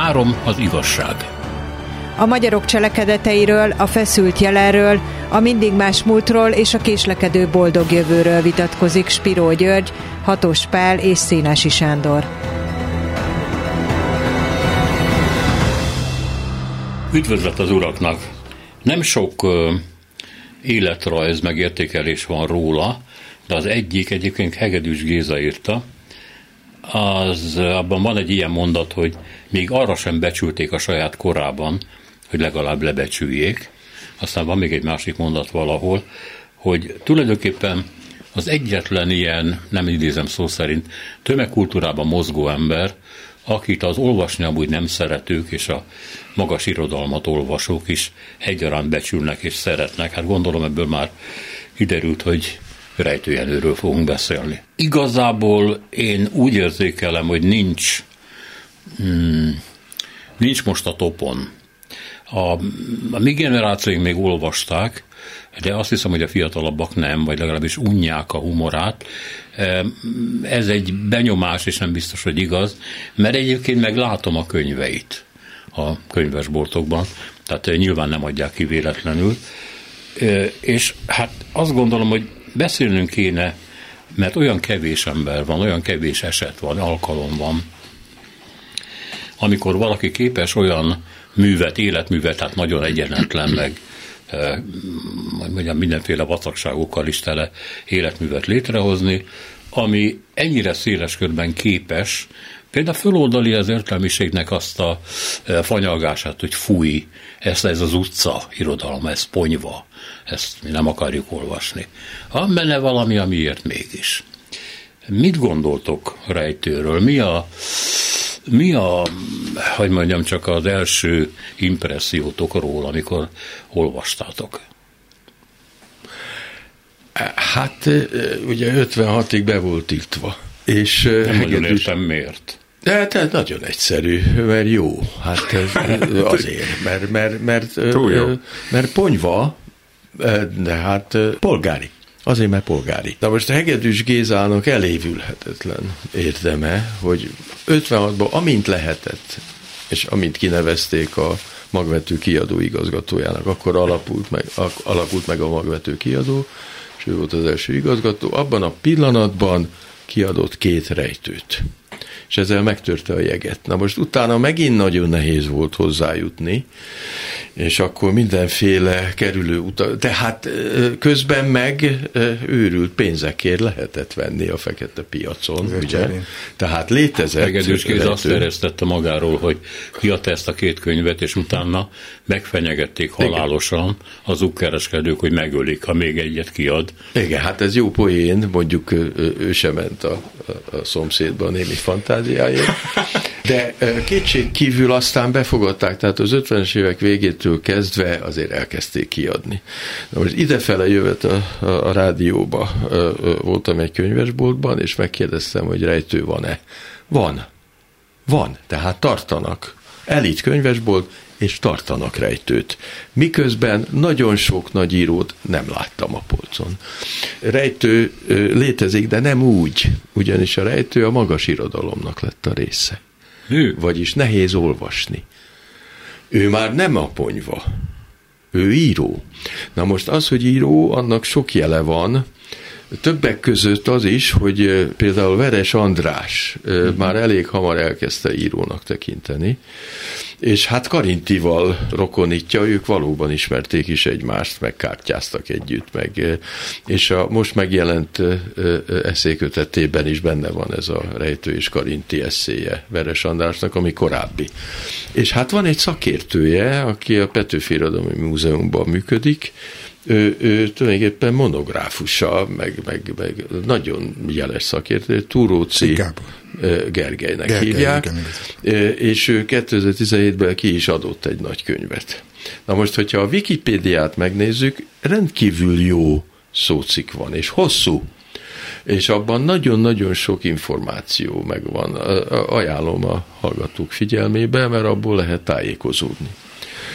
3. Az igazság. A magyarok cselekedeteiről, a feszült jelenről, a mindig más múltról és a késlekedő boldog jövőről vitatkozik Spiró György, Hatos Pál és Szénási Sándor. Üdvözlet az uraknak! Nem sok életrajz megértékelés van róla, de az egyébként Hegedűs Géza írta. Abban van egy ilyen mondat, hogy még arra sem becsülték a saját korában, hogy legalább lebecsüljék. Aztán van még egy másik mondat valahol, hogy tulajdonképpen az egyetlen ilyen, nem idézem szó szerint, tömegkultúrában mozgó ember, akit az olvasni amúgy nem szeretők és a magas irodalmat olvasók is egyaránt becsülnek és szeretnek. Hát gondolom ebből már kiderült, hogy Rejtő Jenőről fogunk beszélni. Igazából én úgy érzékelem, hogy nincs most a topon. A mi generációink még olvasták, de azt hiszem, hogy a fiatalabbak nem, vagy legalábbis unják a humorát. Ez egy benyomás, és nem biztos, hogy igaz, mert egyébként meg látom a könyveit a könyvesboltokban, tehát nyilván nem adják ki véletlenül. És hát azt gondolom, hogy beszélnünk kéne, mert olyan kevés ember van, olyan kevés eset van, alkalom van, amikor valaki képes olyan művet, életművet, hát nagyon egyenetlen, meg mondjam, mindenféle vacakságokkal is tele életművet létrehozni, ami ennyire széles körben képes, például föloldali az értelmiségnek azt a fanyalgását, hogy fúj, ez az utca irodalma, ez ponyva, ezt mi nem akarjuk olvasni. Van benne valami, amiért mégis. Mit gondoltok Rejtőről? Mi a, hogy mondjam, csak az első impressziótok róla, amikor olvastátok? Hát ugye 56-ig be volt tiltva. És nem nagyon értem miért. De hát nagyon egyszerű, mert jó. Hát azért, mert ponyva, de hát polgári. Azért, mert polgári. Na most a Hegedűs Gézának elévülhetetlen érdeme, hogy 56-ban, amint lehetett, és amint kinevezték a Magvető kiadó igazgatójának, akkor alakult meg a Magvető kiadó, és ő volt az első igazgató, abban a pillanatban kiadott 2 rejtőt. És ezzel megtörte a jeget. Na most utána megint nagyon nehéz volt hozzájutni, és akkor mindenféle kerülő utat, tehát közben meg őrült pénzekért lehetett venni a fekete piacon, ugye? Tehát létezett. Hegedűs Géza azt eresztette magáról, hogy kiadta ezt a 2 könyvet, és utána megfenyegették halálosan az kereskedők, hogy megölik, ha még egyet kiad. Igen, hát ez jó poén, mondjuk ő sem ment a szomszédba a némi fantáziáért, de kétség kívül aztán befogadták, tehát az 50-es évek végétől kezdve azért elkezdték kiadni. Na most idefele jövet a rádióba, voltam egy könyvesboltban, és megkérdeztem, hogy Rejtő van-e. Van, tehát tartanak. Elit könyvesbolt, és tartanak Rejtőt. Miközben nagyon sok nagy írót nem láttam a polcon. Rejtő létezik, de nem úgy, ugyanis a Rejtő a magas irodalomnak lett a része. Vagyis nehéz olvasni. Ő már nem a ponyva. Ő író. Na most az, hogy író, annak sok jele van. Többek között az is, hogy például Veres András már elég hamar elkezdte írónak tekinteni, és hát Karintival rokonítja, ők valóban ismerték is egymást, meg kártyáztak együtt, és a most megjelent eszékötetében is benne van ez a Rejtő és Karinti eszéje Veres Andrásnak, ami korábbi. És hát van egy szakértője, aki a Petőfi Irodalmi Múzeumban működik, ő tulajdonképpen monográfusa, meg nagyon jeles szakértő, Túróczy Gergelynek hívják, és ő 2017-ben ki is adott egy nagy könyvet. Na most, hogyha a Wikipédiát megnézzük, rendkívül jó szócikk van, és hosszú, és abban nagyon-nagyon sok információ megvan. Ajánlom a hallgatók figyelmébe, mert abból lehet tájékozódni.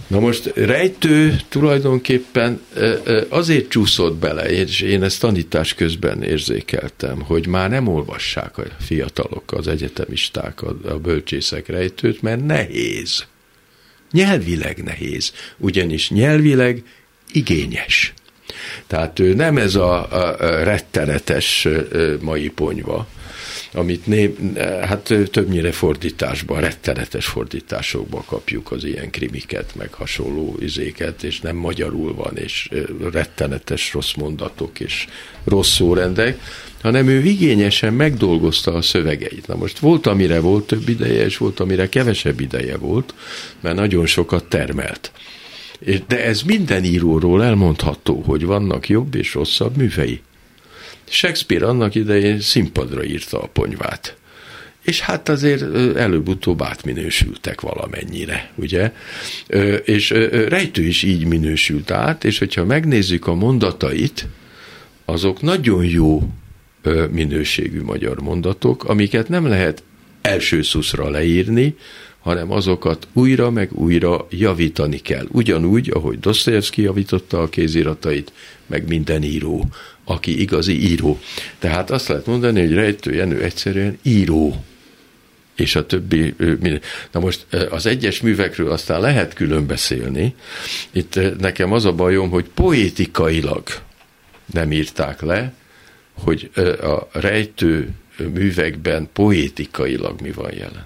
Na most Rejtő tulajdonképpen azért csúszott bele, és én ezt tanítás közben érzékeltem, hogy már nem olvassák a fiatalok, az egyetemisták, a bölcsészek Rejtőt, mert nehéz. Nyelvileg nehéz, ugyanis nyelvileg igényes. Tehát ő nem ez a rettenetes mai ponyva, amit hát többnyire fordításban, rettenetes fordításokban kapjuk az ilyen krimiket, meg hasonló izéket, és nem magyarul van, és rettenetes rossz mondatok, és rossz szórendek, hanem ő igényesen megdolgozta a szövegeit. Na most volt, amire volt több ideje, és volt, amire kevesebb ideje volt, mert nagyon sokat termelt. De ez minden íróról elmondható, hogy vannak jobb és rosszabb művei. Shakespeare annak idején színpadra írta a ponyvát. És hát azért előbb-utóbb átminősültek valamennyire, ugye? És Rejtő is így minősült át, és hogyha megnézzük a mondatait, azok nagyon jó minőségű magyar mondatok, amiket nem lehet első szuszra leírni, hanem azokat újra meg újra javítani kell. Ugyanúgy, ahogy Dostoyevszky javította a kéziratait, meg minden író, aki igazi író. Tehát azt lehet mondani, hogy Rejtő Jenő egyszerűen író, és a többi minden. Na most az egyes művekről aztán lehet külön beszélni. Itt nekem az a bajom, hogy poétikailag nem írták le, hogy a Rejtő művekben poétikailag mi van jelen.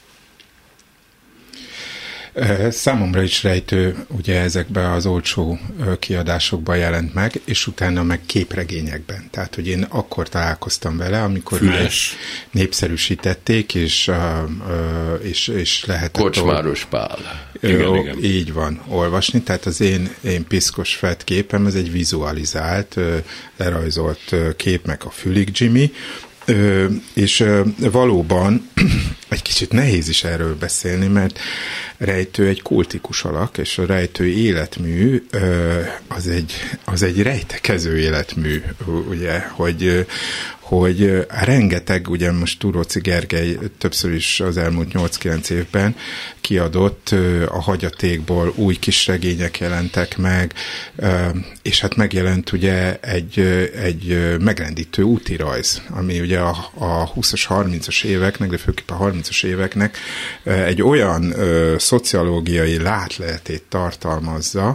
Számomra is Rejtő ugye ezekben az olcsó kiadásokban jelent meg, és utána meg képregényekben. Tehát, hogy én akkor találkoztam vele, amikor népszerűsítették, és lehetett... Kocsmáros Pál. Igen. Így van, olvasni. Tehát az én Piszkos Fred képem, ez egy vizualizált, lerajzolt kép, meg a Fülig Jimmy, és valóban egy kicsit nehéz is erről beszélni, mert Rejtő egy kultikus alak, és a Rejtő életmű az egy rejtekező életmű, ugye, hogy rengeteg, ugye most Túróczy Gergely többször is az elmúlt 8-9 évben kiadott, a hagyatékból új kisregények jelentek meg, és hát megjelent ugye egy megrendítő útirajz, ami ugye a 20-as, 30-as éveknek, de főképp a 30-as éveknek egy olyan szociológiai látleletét tartalmazza,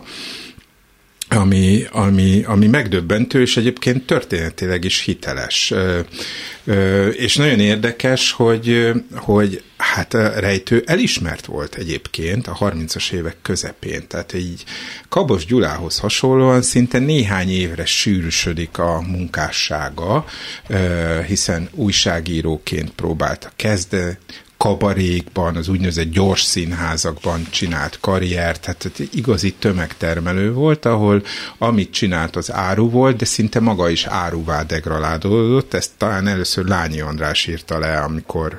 ami megdöbbentő, és egyébként történetileg is hiteles. És nagyon érdekes, hogy hát Rejtő elismert volt egyébként a 30-as évek közepén. Tehát így Kabos Gyulához hasonlóan szinte néhány évre sűrűsödik a munkássága, hiszen újságíróként próbálta kezdeni, kabarékban, az úgynevezett gyors színházakban csinált karriert, tehát igazi tömegtermelő volt, ahol amit csinált az áru volt, de szinte maga is áruvá degradálódott. Ezt talán először Lányi András írta le, amikor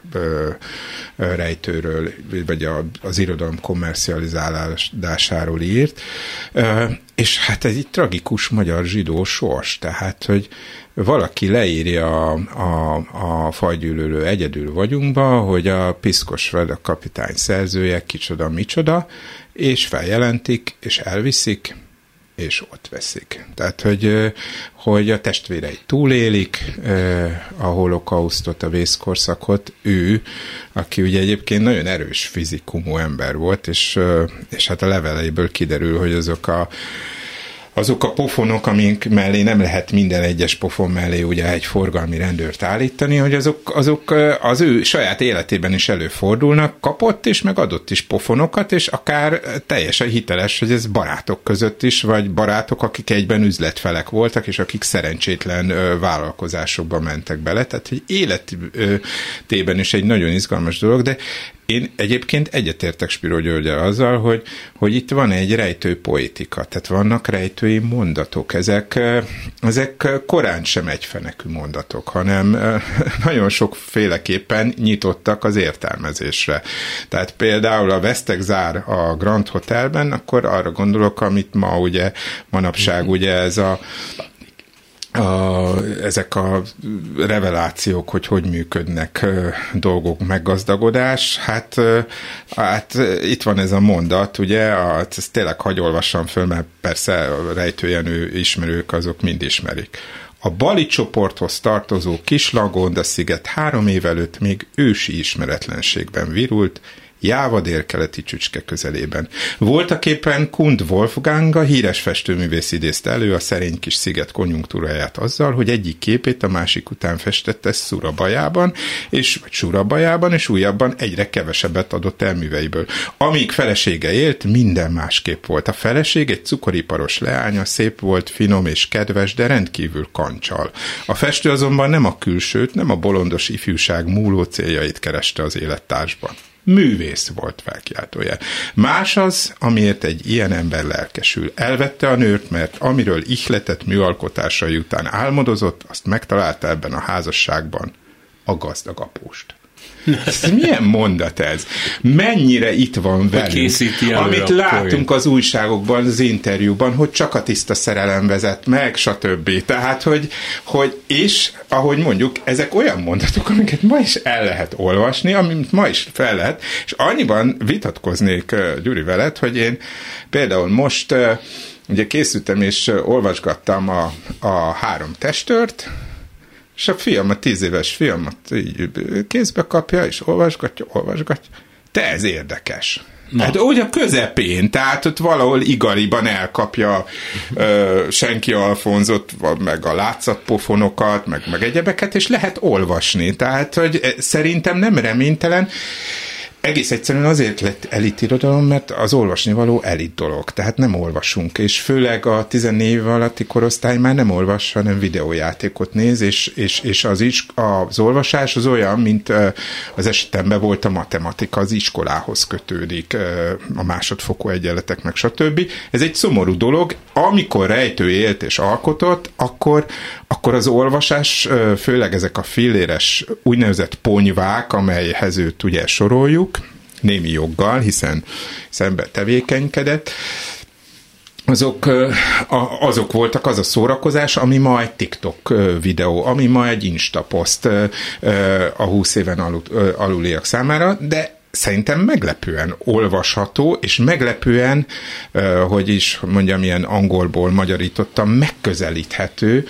Rejtőről, vagy az irodalom kommercializálásáról írt. És hát ez egy tragikus magyar zsidó sors, tehát, hogy valaki leírja a Fajgyűlölő Egyedül vagyunkba, hogy a Piszkos Fred a kapitány szerzője, kicsoda, micsoda, és feljelentik, és elviszik, és ott veszik. Tehát, hogy a testvérei túlélik a holokausztot, a vészkorszakot, ő, aki ugye egyébként nagyon erős fizikumú ember volt, és hát a leveleiből kiderül, hogy azok a pofonok, amik mellé nem lehet minden egyes pofon mellé ugye egy forgalmi rendőrt állítani, hogy azok az ő saját életében is előfordulnak, kapott és meg adott is pofonokat, és akár teljesen hiteles, hogy ez barátok között is, vagy barátok, akik egyben üzletfelek voltak, és akik szerencsétlen vállalkozásokba mentek bele, tehát hogy életében is egy nagyon izgalmas dolog, de én egyébként egyetértek Spiro Györggyel azzal, hogy itt van egy rejtő poétika, tehát vannak rejtői mondatok. Ezek korán sem egyfenekű mondatok, hanem nagyon sokféleképpen nyitottak az értelmezésre. Tehát például a Vesztek zár a Grand Hotelben, akkor arra gondolok, amit ma ugye manapság ugye ez ezek a revelációk, hogy működnek dolgok, meggazdagodás, hát itt van ez a mondat, ugye, ezt tényleg hagy olvassam föl, mert persze a Rejtőjenő ismerők azok mind ismerik. A Bali csoporthoz tartozó Kis-Lagonda-sziget 3 év előtt még ősi ismeretlenségben virult, Jáva délkeleti csücske közelében. Voltaképpen Kund Wolfgang, a híres festőművész idézte elő a szerény kis sziget konjunktúráját azzal, hogy egyik képét a másik után festette Surabajában, és újabban egyre kevesebbet adott el műveiből. Amíg felesége élt, minden másképp volt. A feleség egy cukoriparos leánya, szép volt, finom és kedves, de rendkívül kancsal. A festő azonban nem a külsőt, nem a bolondos ifjúság múló céljait kereste az élettársban. Művész volt, felkiáltója. Más az, amiért egy ilyen ember lelkesül. Elvette a nőt, mert amiről ihletett műalkotásai után álmodozott, azt megtalálta ebben a házasságban, a gazdag apóst. Ez milyen mondat ez? Mennyire itt van velünk, amit látunk az újságokban, az interjúban, hogy csak a tiszta szerelem vezet meg, stb. Tehát, hogy és ahogy mondjuk, ezek olyan mondatok, amiket ma is el lehet olvasni, amit ma is fel lehet, és annyiban vitatkoznék, Gyuri, veled, hogy én például most ugye készültem és olvasgattam a 3 testőrt, és a fiam, a 10 éves fiamat így kézbe kapja, és olvasgatja. Te, ez érdekes. Hát úgy a közepén, tehát ott valahol Igariban elkapja Senki Alfonzot, meg a látszatpofonokat, meg egyebeket, és lehet olvasni. Tehát, hogy szerintem nem reménytelen, egész egyszerűen azért lett elitirodalom, mert az olvasnivaló elit dolog, tehát nem olvasunk, és főleg a 14 év alatti korosztály már nem olvas, hanem videójátékot néz, és az olvasás az olyan, mint az esetemben volt a matematika, az iskolához kötődik, a másodfokú egyenletek, meg stb. Ez egy szomorú dolog, amikor Rejtő élt és alkotott, akkor az olvasás, főleg ezek a filléres úgynevezett ponyvák, amelyhez őt ugye soroljuk, némi joggal, hiszen szemben tevékenykedett, azok voltak az a szórakozás, ami ma egy TikTok videó, ami ma egy Insta poszt a 20 éven aluliak számára, de szerintem meglepően olvasható, és meglepően, hogy is mondjam, ilyen angolból magyarítottam, megközelíthető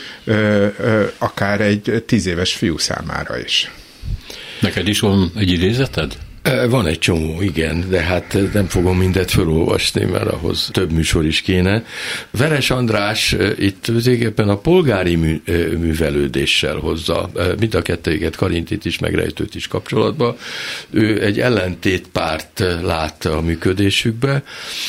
akár egy 10 éves fiú számára is. Neked is van egy idézeted? Van egy csomó, igen, de hát nem fogom mindet felolvasni, mert ahhoz több műsor is kéne. Veres András itt tulajdonképpen a polgári művelődéssel hozza mind a kettőjüket, Karintit is, meg Rejtőt is kapcsolatba. Ő egy ellentétpárt lát a működésükbe,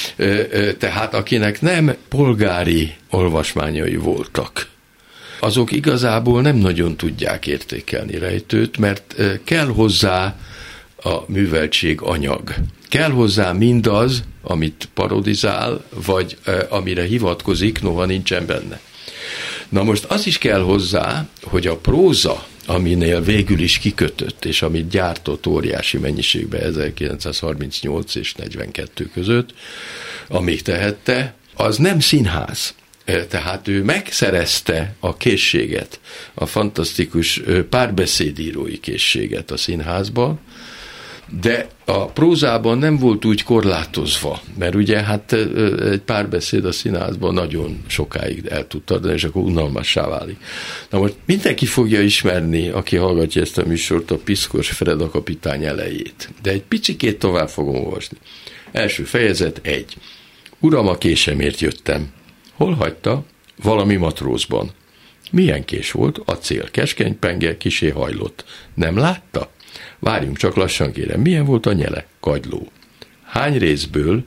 tehát akinek nem polgári olvasmányai voltak, azok igazából nem nagyon tudják értékelni Rejtőt, mert kell hozzá a műveltség anyag. Kell hozzá mindaz, amit parodizál, vagy amire hivatkozik, noha nincsen benne. Na most az is kell hozzá, hogy a próza, aminél végül is kikötött, és amit gyártott óriási mennyiségben 1938 és 42 között, amíg tehette, az nem színház. Tehát ő megszerezte a készséget, a fantasztikus párbeszédírói készséget a színházban, de a prózában nem volt úgy korlátozva, mert ugye hát egy párbeszéd a színházban nagyon sokáig el tud tartani, és akkor unalmassá válik. Na most mindenki fogja ismerni, aki hallgatja ezt a műsort, a Piszkos Freda kapitány elejét. De egy picikét tovább fogom olvasni. Első fejezet 1. Uram, a késemért jöttem. Hol hagyta? Valami matrózban. Milyen kés volt? Acél, keskeny penge, kisé hajlott. Nem látta? Várjunk csak lassan, kérem. Milyen volt a nyele? Kagyló. Hány részből?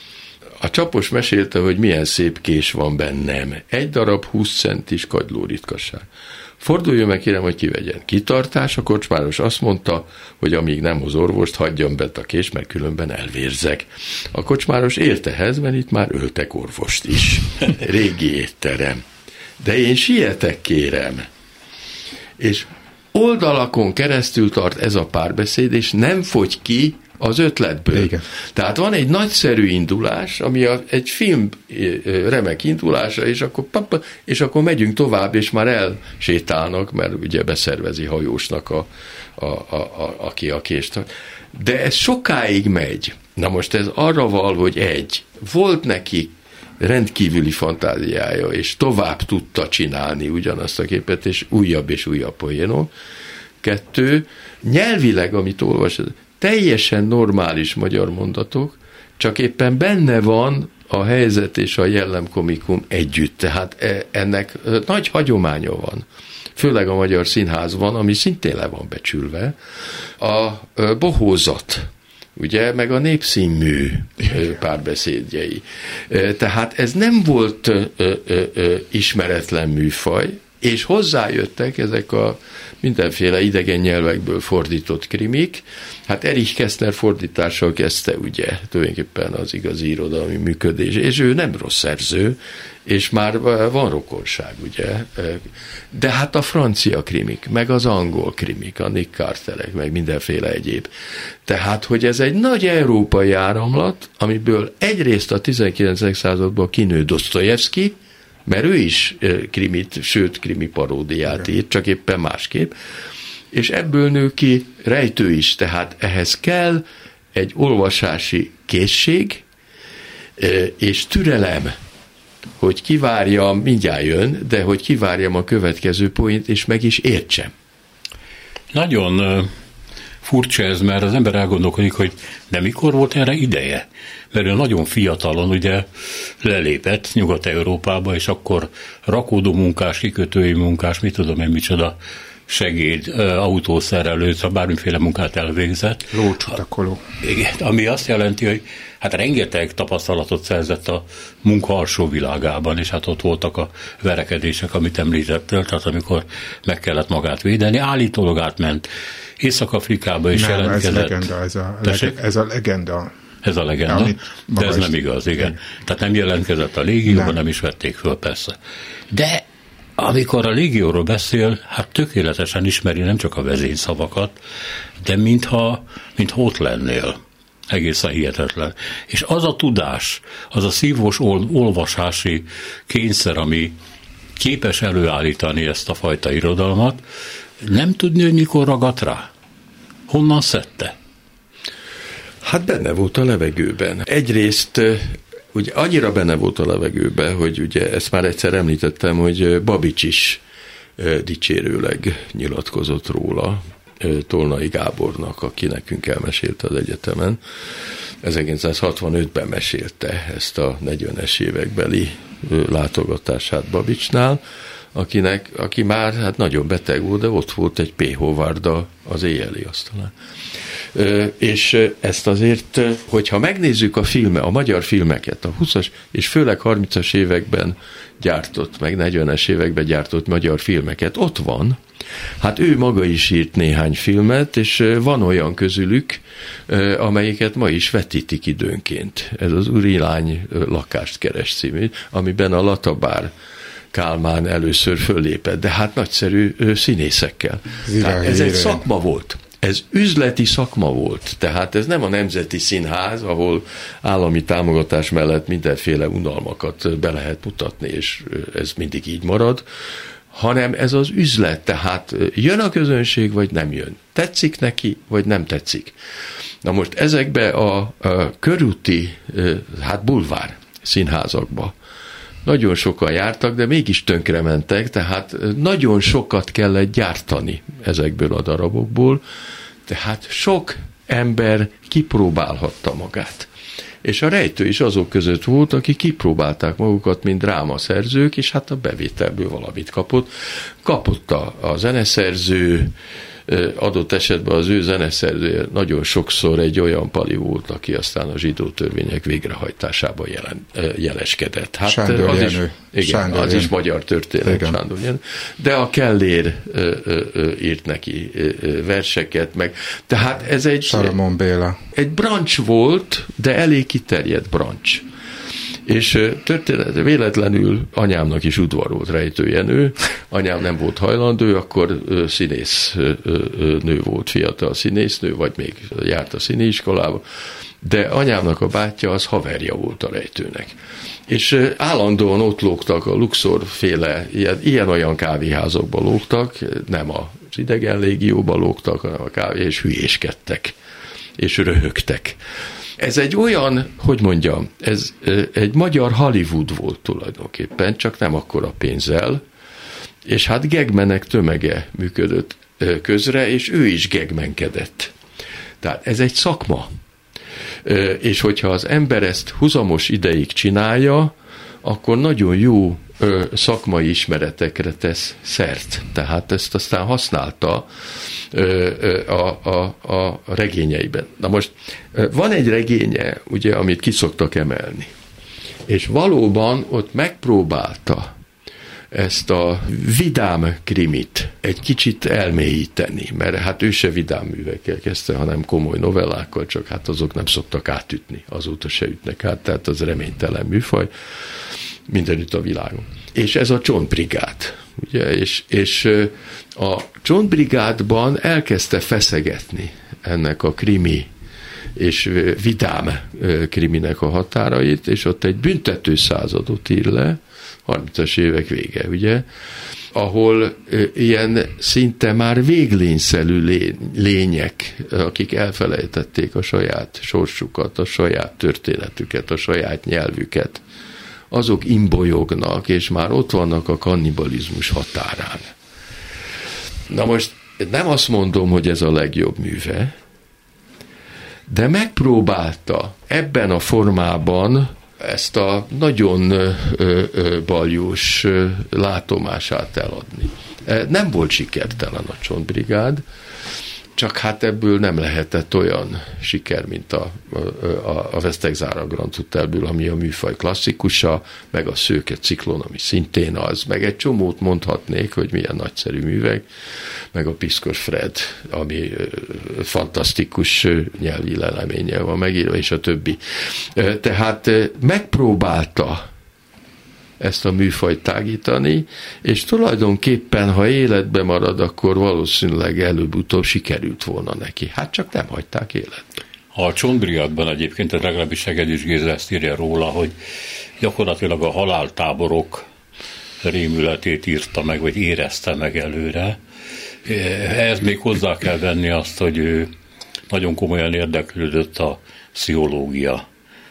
A csapos mesélte, hogy milyen szép kés van bennem. 1 darab 20 centis kagyló ritkaság. Forduljon meg, kérem, hogy kivegyen. Kitartás, a kocsmáros azt mondta, hogy amíg nem hoz orvost, hagyjam bent a kés, mert különben elvérzek. A kocsmáros ért ehhez, mert itt már öltek orvost is. Régi étterem. De én sietek, kérem. És oldalakon keresztül tart ez a párbeszéd, és nem fogy ki az ötletből. Igen. Tehát van egy nagyszerű indulás, ami egy film remek indulása, és akkor megyünk tovább, és már elsétálnak, mert ugye beszervezi hajósnak aki a kést. De ez sokáig megy. Na most ez arra val, hogy volt neki rendkívüli fantáziája, és tovább tudta csinálni ugyanazt a képet, és újabb poénok. 2, nyelvileg, amit olvasod, teljesen normális magyar mondatok, csak éppen benne van a helyzet és a jellemkomikum együtt. Tehát ennek nagy hagyománya van. Főleg a Magyar Színházban, ami szintén le van becsülve. A bohózat, ugye, meg a népszínmű párbeszédjei. Tehát ez nem volt ismeretlen műfaj, és hozzájöttek ezek a mindenféle idegen nyelvekből fordított krimik. Hát Erich Kästner fordítással kezdte, ugye, tulajdonképpen az igazi irodalmi működés, és ő nem rossz szerző, és már van rokonság, ugye. De hát a francia krimik, meg az angol krimik, a Nick Carterek, meg mindenféle egyéb. Tehát, hogy ez egy nagy európai áramlat, amiből egyrészt a 19. században kinő Dosztojevszky, mert ő is krimit, sőt krimi paródiát írt, csak éppen másképp, és ebből nő ki Rejtő is, tehát ehhez kell egy olvasási készség és türelem, hogy kivárjam, mindjárt jön, de hogy kivárjam a következő poént, és meg is értsem. Nagyon furcsa ez, mert az ember elgondolkodik, hogy de mikor volt erre ideje? Mert ő nagyon fiatalon ugye lelépett Nyugat-Európába, és akkor rakódó munkás, kikötői munkás, mit tudom én micsoda, segéd, autószerelő, szóval bármiféle munkát elvégzett. Lócsutakoló. Igen, ami azt jelenti, hogy hát rengeteg tapasztalatot szerzett a munka alsó világában, és hát ott voltak a verekedések, amit említettél, tehát amikor meg kellett magát védeni, állítólag átment Észak-Afrikába is jelentkezett. Ez a legenda. Ez a legenda, de ez nem igaz, igen. Tehát nem jelentkezett a légióban, nem is vették föl, persze. De amikor a légióról beszél, hát tökéletesen ismeri nem csak a vezényszavakat, de mintha ott lennél. Egészen hihetetlen. És az a tudás, az a szívós olvasási kényszer, ami képes előállítani ezt a fajta irodalmat, nem tudni, hogy mikor ragadt rá. Honnan szedte? Hát benne volt a levegőben. Egyrészt ugye annyira benne volt a levegőben, hogy ugye ezt már egyszer említettem, hogy Babics is dicsérőleg nyilatkozott róla, Tolnai Gábornak, aki nekünk elmesélte az egyetemen. 1965-ben mesélte ezt a 40-es évekbeli látogatását Babicsnál, aki már hát nagyon beteg volt, de ott volt egy P. Howard az éjjeli asztalán. És ezt azért, hogyha megnézzük a magyar filmeket, a 20-as és főleg 30-as években gyártott, meg 40-es években gyártott magyar filmeket, ott van. Hát ő maga is írt néhány filmet, és van olyan közülük, amelyiket ma is vetítik időnként. Ez az Urilány lakást keres című, amiben a Latabár Kálmán először föllépett, de hát nagyszerű színészekkel. Ez egy szakma volt. Ez üzleti szakma volt, tehát ez nem a Nemzeti Színház, ahol állami támogatás mellett mindenféle unalmakat be lehet mutatni, és ez mindig így marad, hanem ez az üzlet, tehát jön a közönség, vagy nem jön. Tetszik neki, vagy nem tetszik. Na most ezekbe a körúti, hát bulvár színházakba nagyon sokan jártak, de mégis tönkrementek, tehát nagyon sokat kellett gyártani ezekből a darabokból, tehát sok ember kipróbálhatta magát. És a Rejtő is azok között volt, akik kipróbálták magukat, mint drámaszerzők, és hát a bevételből valamit kapott. Kapott a zeneszerző, adott esetben az ő zeneszerzője nagyon sokszor egy olyan pali volt, aki aztán a zsidó törvények végrehajtásában jeleskedett. Hát Sándor az Jenő. Is, igen, az is magyar történet, igen. Sándor Jenő. De a Kellér írt neki verseket, meg. Tehát ez egy... Salamon Béla. Egy brancs volt, de elég kiterjedt brancs. És véletlenül anyámnak is udvarolt Rejtő Jenő, anyám nem volt hajlandó, akkor színésznő volt, fiatal színésznő, vagy még járt a színiiskolába, de anyámnak a bátyja az haverja volt a Rejtőnek. És állandóan ott lógtak a Luxor-féle, ilyen-olyan kávéházakban lógtak, nem az idegen légióban lógtak, hanem a kávé, és hülyéskedtek, és röhögtek. Ez egy olyan, hogy mondjam, ez egy magyar Hollywood volt tulajdonképpen, csak nem akkora pénzzel, és hát gagmanek tömege működött közre, és ő is gagmenkedett. Tehát ez egy szakma. És hogyha az ember ezt huzamos ideig csinálja, akkor nagyon jó szakmai ismeretekre tesz szert. Tehát ezt aztán használta a regényeiben. Na most van egy regénye, ugye, amit ki szoktak emelni. És valóban ott megpróbálta ezt a vidám krimit egy kicsit elmélyíteni, mert hát ő se vidám művekkel kezdte, hanem komoly novellákkal, csak hát azok nem szoktak átütni, azóta se ütnek át, tehát az reménytelen műfaj mindenütt a világon. És ez a Csontbrigád, ugye, és a Csontbrigádban elkezdte feszegetni ennek a krimi és vidám kriminek a határait, és ott egy büntető századot ír le, 30-as évek vége, ugye, ahol ilyen szinte már véglényszelű lények, akik elfelejtették a saját sorsukat, a saját történetüket, a saját nyelvüket, azok imbolyognak, és már ott vannak a kannibalizmus határán. Na most nem azt mondom, hogy ez a legjobb műve, de megpróbálta ebben a formában ezt a nagyon baljós látomását eladni. Nem volt sikertelen a Csontbrigád, csak hát ebből nem lehetett olyan siker, mint a Vesztegzára Grand Hotelből, ami a műfaj klasszikusa, meg a Szőke Ciklon, ami szintén az, meg egy csomót mondhatnék, hogy milyen nagyszerű művek, meg a Piszkos Fred, ami fantasztikus nyelvi leleménnyel van megírva, és a többi. Tehát megpróbálta ezt a műfajt tágítani, és tulajdonképpen, ha életbe marad, akkor valószínűleg előbb-utóbb sikerült volna neki. Hát csak nem hagyták életbe. A Csontbrigádban egyébként, legalábbis Hegedűs Géza ezt írja róla, hogy gyakorlatilag a haláltáborok rémületét írta meg, vagy érezte meg előre. Ehhez még hozzá kell venni azt, hogy ő nagyon komolyan érdeklődött a pszichológia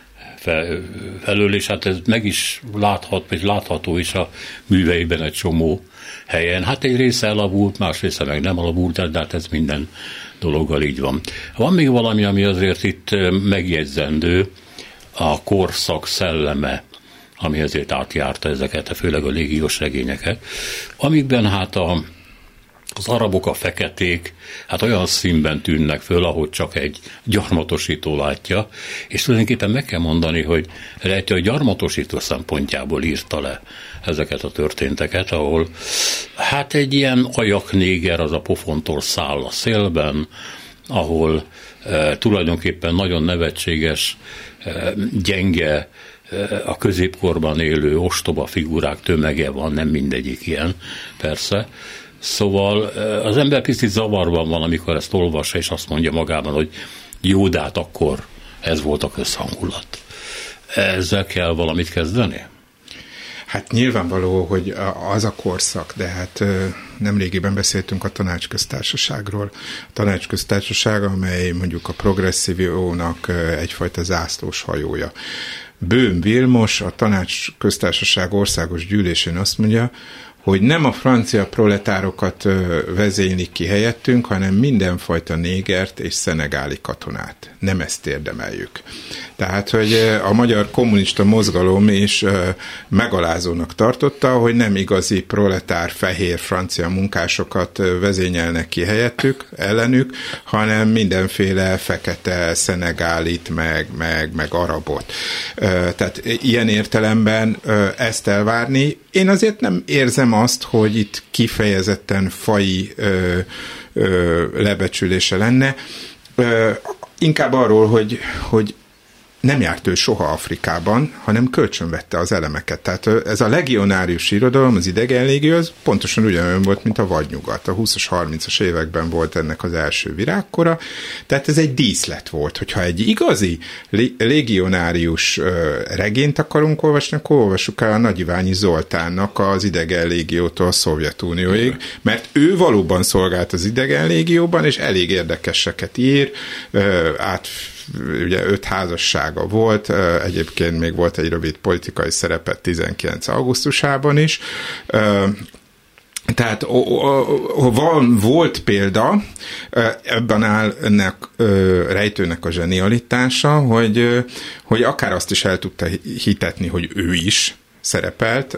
felől, és hát ez meg is látható is a műveiben egy csomó helyen. Hát egy része elavult, más része meg nem elavult, de hát ez minden dologgal így van. Van még valami, ami azért itt megjegyzendő, a korszak szelleme, ami ezért átjárta ezeket, főleg a légiós regényeket, amikben hát az arabok, a feketék, hát olyan színben tűnnek föl, ahogy csak egy gyarmatosító látja, és tulajdonképpen meg kell mondani, hogy Rejtő a gyarmatosító szempontjából írta le ezeket a történteket, ahol hát egy ilyen ajaknéger az a pofontól száll a szélben, ahol tulajdonképpen nagyon nevetséges, gyenge, a középkorban élő ostoba figurák tömege van, nem mindegyik ilyen, persze. Szóval az ember picit zavarban van, amikor ezt olvassa, és azt mondja magában, hogy jó, de hát akkor ez volt a közhangulat. Ezzel kell valamit kezdeni? Hát nyilvánvaló, hogy az a korszak, de hát nemrégiben beszéltünk a Tanácsköztársaságról. A Tanácsköztársaság, amely mondjuk a progressziónak egyfajta zászlós hajója. Böhm Vilmos a Tanácsköztársaság országos gyűlésén azt mondja, hogy nem a francia proletárokat vezénylik ki helyettünk, hanem mindenfajta négert és szenegáli katonát. Nem ezt érdemeljük. Tehát, hogy a magyar kommunista mozgalom is megalázónak tartotta, hogy nem igazi proletár fehér francia munkásokat vezényelnek ki helyettük, ellenük, hanem mindenféle fekete szenegálit, meg arabot. Tehát ilyen értelemben ezt elvárni. Én azért nem érzem azt, hogy itt kifejezetten faji lebecsülése lenne. Inkább arról, hogy nem járt ő soha Afrikában, hanem kölcsönvette az elemeket. Tehát ez a legionárius irodalom, az idegenlégió, az pontosan ugyanolyan volt, mint a vadnyugat. A 20-as, 30-as években volt ennek az első virágkora, tehát ez egy díszlet volt. Hogyha egy igazi légionárius regényt akarunk olvasni, akkor olvassuk el a Nagy Iványi Zoltánnak az idegenlégiótól a Szovjetunióig, mert ő valóban szolgált az idegenlégióban, és elég érdekeseket ír, ugye 5 házassága volt, egyébként még volt egy rövid politikai szerepe 19. augusztusában is. Tehát volt példa, ebben áll ennek Rejtőnek a zsenialitása, hogy akár azt is el tudta hitetni, hogy ő is szerepelt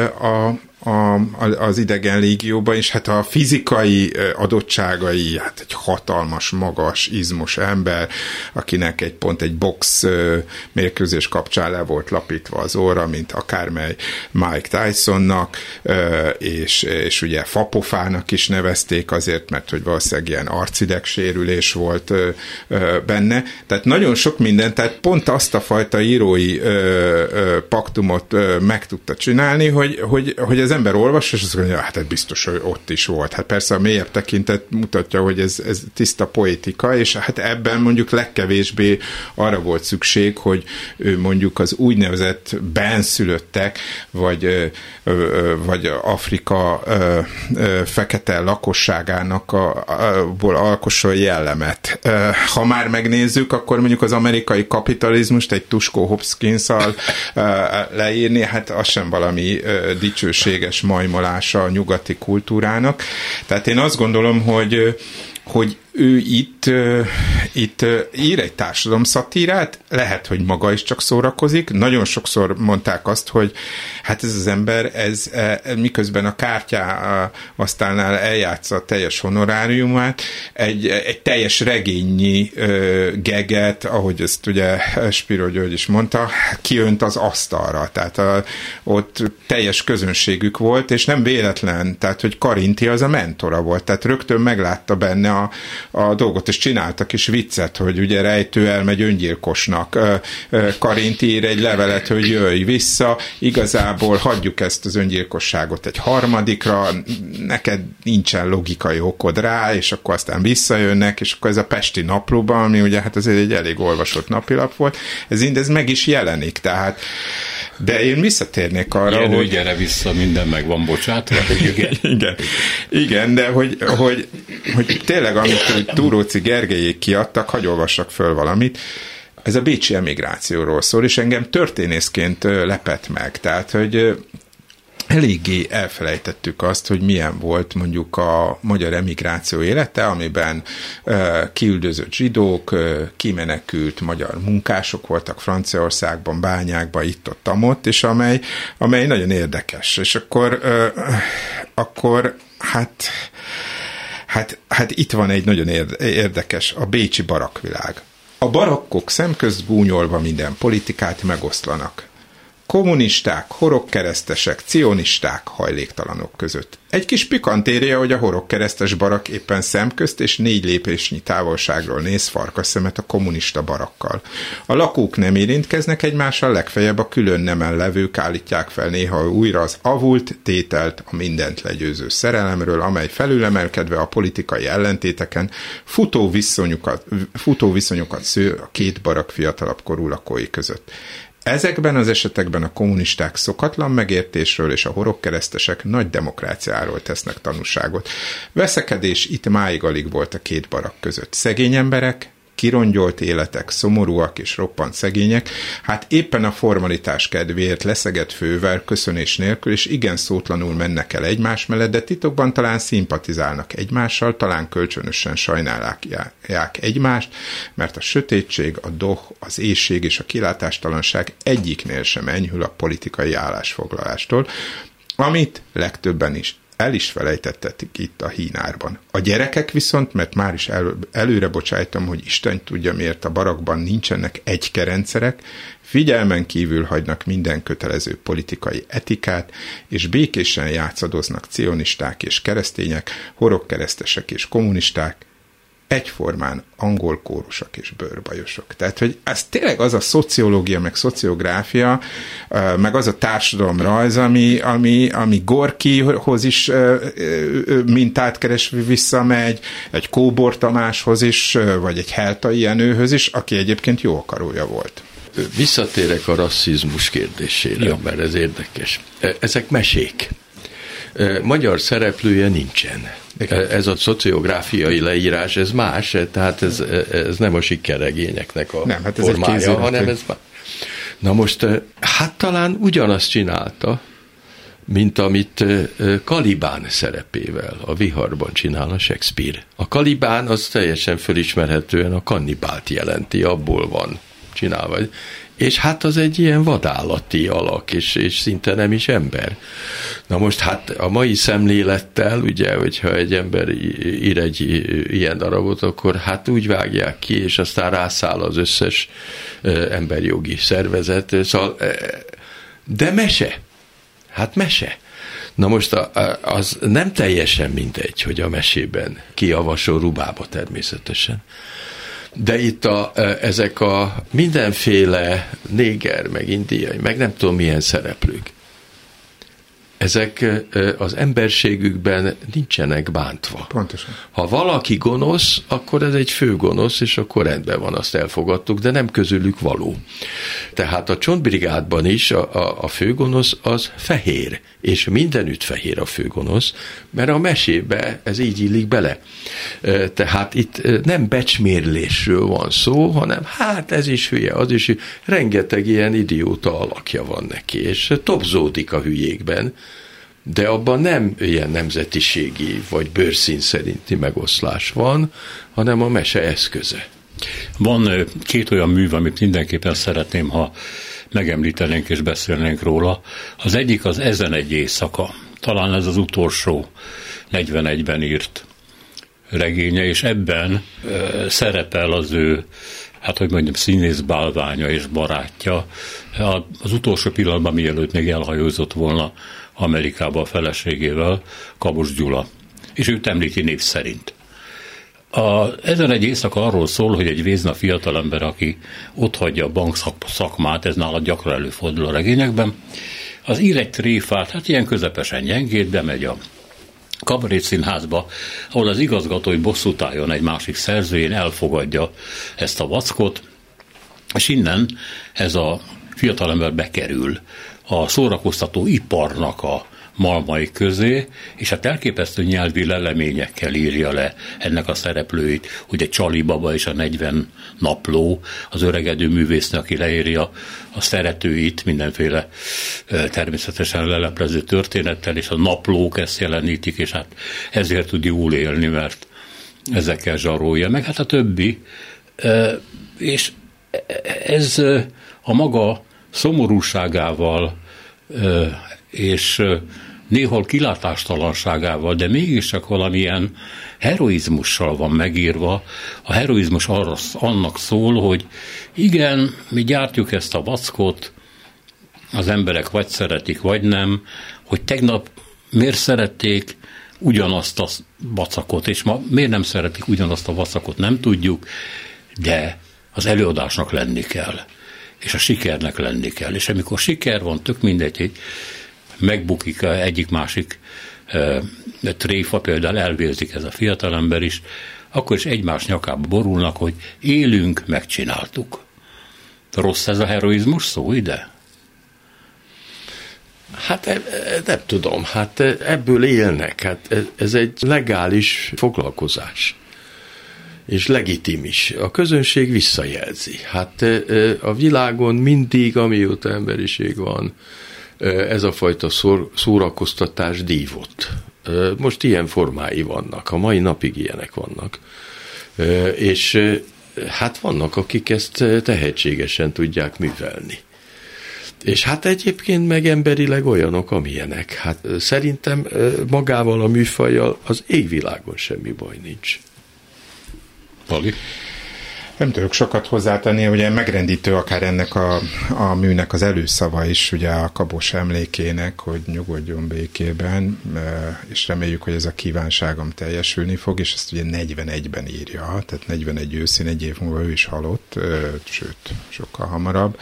az idegen légióban, és hát a fizikai adottságai, hát egy hatalmas, magas, izmos ember, akinek egy box mérkőzés kapcsán le volt lapítva az orra, mint akármely Mike Tysonnak, és ugye Fapofának is nevezték azért, mert hogy valószínűleg ilyen arcidegsérülés volt benne. Tehát nagyon sok minden, tehát pont azt a fajta írói paktumot meg tudta csinálni, hogy az ember olvas, és azt mondja, hát ez biztos, hogy ott is volt. Hát persze a mélyebb tekintet mutatja, hogy ez tiszta poetika, és hát ebben mondjuk legkevésbé arra volt szükség, hogy mondjuk az úgynevezett benszülöttek, vagy Afrika fekete lakosságának ból alkosson jellemet. Ha már megnézzük, akkor mondjuk az amerikai kapitalizmust egy Tuskó Hopkins-szal leírni, hát az sem valami dicsőséges majmolása a nyugati kultúrának. Tehát én azt gondolom, hogy ő itt ír egy társadalomszatírát, lehet, hogy maga is csak szórakozik. Nagyon sokszor mondták azt, hogy hát ez az ember, miközben a kártyá asztalnál eljátsza a teljes honoráriumát, egy teljes regényi geget, ahogy ezt ugye Spiro György is mondta, kiönt az asztalra. Tehát ott teljes közönségük volt, és nem véletlen, tehát hogy Karinti az a mentora volt, tehát rögtön meglátta benne a dolgot, és csináltak is viccet, hogy ugye Rejtő elmegy öngyilkosnak, Karinti ír egy levelet, hogy jöjj vissza, igazából hagyjuk ezt az öngyilkosságot egy harmadikra, neked nincsen logikai okod rá, és akkor aztán visszajönnek, és akkor ez a Pesti Naplóban, ami ugye hát azért egy elég olvasott napilap volt, ez meg is jelenik, tehát de én visszatérnék arra, Jenő, hogy gyere vissza, minden meg van bocsátva. Igen, de hogy tényleg, amit Túróczi Gergelyék kiadtak, hadd olvassak föl valamit, ez a bécsi emigrációról szól, és engem történészként lepett meg. Tehát, hogy eléggé elfelejtettük azt, hogy milyen volt mondjuk a magyar emigráció élete, amiben kiüldözött zsidók, kimenekült magyar munkások voltak Franciaországban, bányákban, itt-ott, és amely nagyon érdekes. És akkor hát itt van egy nagyon érdekes, a bécsi barakkvilág. A barakkok szemközt gúnyolva minden politikát megoszlanak. Kommunisták, horogkeresztesek, cionisták hajléktalanok között. Egy kis pikantéria, hogy a horogkeresztes barak éppen szemközt és 4 lépésnyi távolságról néz farkasszemet a kommunista barakkal. A lakók nem érintkeznek egymással, legfeljebb a külön nemen levők állítják fel néha újra az avult tételt a mindent legyőző szerelemről, amely felülemelkedve a politikai ellentéteken futó viszonyokat sző a 2 barak fiatalabb korú lakói között. Ezekben az esetekben a kommunisták szokatlan megértésről és a horogkeresztesek nagy demokráciáról tesznek tanúságot. Veszekedés itt máig alig volt a 2 barak között. Szegény emberek, kirongyolt életek, szomorúak és roppant szegények, hát éppen a formalitás kedvéért leszegett fővel, köszönés nélkül, és igen szótlanul mennek el egymás mellett, de titokban talán szimpatizálnak egymással, talán kölcsönösen sajnálják egymást, mert a sötétség, a doh, az éhség és a kilátástalanság egyiknél sem enyhül a politikai állásfoglalástól, amit legtöbben is el is felejtettetik itt a hínárban. A gyerekek viszont, mert már is előre bocsájtom, hogy Isten tudja miért a barakban nincsenek egykerendszerek, figyelmen kívül hagynak minden kötelező politikai etikát, és békésen játszadoznak cionisták és keresztények, horogkeresztesek és kommunisták, egyformán angol kórusok és bőrbajosok. Tehát, hogy ez tényleg az a szociológia, meg szociográfia, meg az a társadalomrajz, ami Gorkihoz is mintát keresve visszamegy, egy Kóbor Tamáshoz is, vagy egy Heltai Jenőhöz is, aki egyébként jó akarója volt. Visszatérek a rasszizmus kérdésére, jó, mert ez érdekes. Ezek mesék. Magyar szereplője nincsen. Ez a szociográfiai leírás, ez más, tehát ez nem a sikerregényeknek a nem, hát ez formája, hanem ez más. Na most, hát talán ugyanazt csinálta, mint amit Kalibán szerepével a Viharban csinál a Shakespeare. A Kalibán az teljesen fölismerhetően a kannibált jelenti, abból van csinálva. És hát az egy ilyen vadállati alak, és szinte nem is ember. Na most hát a mai szemlélettel, ugye, hogyha egy ember ír egy ilyen darabot, akkor hát úgy vágják ki, és aztán rászáll az összes emberjogi szervezet. Szóval, de mese. Hát mese. Na most az nem teljesen mindegy, hogy a mesében kijavasol Rubába természetesen. De itt ezek a mindenféle néger, meg indiai, meg nem tudom milyen szereplők, ezek az emberségükben nincsenek bántva. Pontosan. Ha valaki gonosz, akkor ez egy főgonosz, és akkor rendben van, azt elfogadtuk, de nem közülük való. Tehát a Csontbrigádban is a főgonosz az fehér, és mindenütt fehér a főgonosz, mert a mesébe ez így illik bele. Tehát itt nem becsmérlésről van szó, hanem hát ez is hülye, az is hülye. Rengeteg ilyen idióta alakja van neki, és topzódik a hülyékben, de abban nem ilyen nemzetiségi vagy bőrszín szerinti megoszlás van, hanem a mese eszköze. Van két olyan műv, amit mindenképpen szeretném, ha megemlítenénk és beszélnénk róla. Az egyik az Ezen egy éjszaka. Talán ez az utolsó 41-ben írt regénye, és ebben szerepel az ő, hát hogy mondjam, színész bálványa és barátja. Az utolsó pillanatban, mielőtt még elhajózott volna Amerikába a feleségével, Kabos Gyula. És őt említi név szerint. Ezen egy éjszaka arról szól, hogy egy vézna fiatalember, aki otthagyja a bank szakmát, ez nála gyakran előfordul a regényekben, az ír egy tréfát, hát ilyen közepesen gyengét, bemegy a kabarét színházba, ahol az igazgatói bosszút álljon egy másik szerzőjén, elfogadja ezt a vackot, és innen ez a fiatalember bekerül a szórakoztató iparnak a malmai közé, és hát elképesztő nyelvi leleményekkel írja le ennek a szereplőit, ugye Csali Baba és a 40 napló, az öregedő művésznő, aki leírja a szeretőit mindenféle természetesen leleplező történettel, és a naplók ezt jelenítik, és hát ezért tud jól élni, mert ezekkel zsarolja meg, hát a többi, és ez a maga szomorúságával és néhol kilátástalanságával, de mégiscsak valamilyen heroizmussal van megírva. A heroizmus annak szól, hogy igen, mi gyártjuk ezt a vackot, az emberek vagy szeretik, vagy nem, hogy tegnap miért szerették ugyanazt a vacakot, és ma miért nem szeretik ugyanazt a vacakot, nem tudjuk, de az előadásnak lenni kell, és a sikernek lenni kell. És amikor siker van, tök mindegy, hogy megbukik egyik-másik tréfa, például elvérzik ez a fiatalember is, akkor is egymás nyakába borulnak, hogy élünk, megcsináltuk. Rossz ez a heroizmus szó ide? Hát nem tudom, hát ebből élnek, hát ez egy legális foglalkozás. És legitim is. A közönség visszajelzi. Hát a világon mindig, amióta emberiség van, ez a fajta szórakoztatás dívott. Most ilyen formái vannak, a mai napig ilyenek vannak. És hát vannak, akik ezt tehetségesen tudják művelni. És hát egyébként meg emberileg olyanok, amilyenek. Hát szerintem magával a műfajjal az égvilágon semmi baj nincs. Pali? Nem tudok sokat hozzátenni, ugye megrendítő akár ennek a műnek az előszava is, ugye a Kabos emlékének, hogy nyugodjon békében, és reméljük, hogy ez a kívánságom teljesülni fog, és ezt ugye 41-ben írja, tehát 41 őszén, egy év múlva ő is halott, sőt, sokkal hamarabb.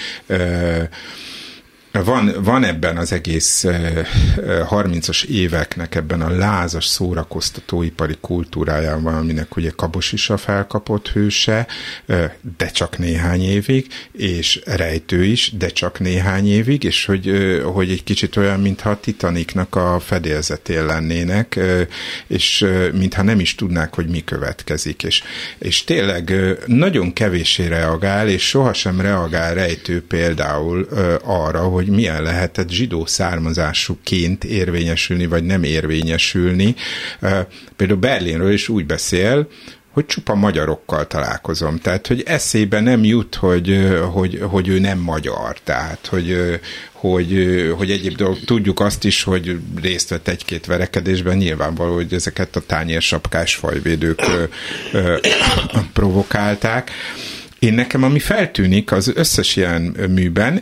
Van ebben az egész 30-as éveknek ebben a lázas szórakoztatóipari kultúrájában, aminek ugye Kabos is a felkapott hőse, de csak néhány évig, és Rejtő is, de csak néhány évig, és hogy egy kicsit olyan, mintha a Titanicnak a fedélzetén lennének, és mintha nem is tudnák, hogy mi következik. És tényleg nagyon kevéssé reagál, és sohasem reagál Rejtő például arra, hogy milyen lehetett zsidó származásúként érvényesülni, vagy nem érvényesülni. Például Berlinről is úgy beszél, hogy csupa magyarokkal találkozom. Tehát, hogy eszébe nem jut, hogy ő nem magyar. Tehát, hogy egyéb dolgok, tudjuk azt is, hogy részt vett egy-két verekedésben, nyilvánvaló, hogy ezeket a tányérsapkás fajvédők provokálták. Nekem, ami feltűnik az összes ilyen műben,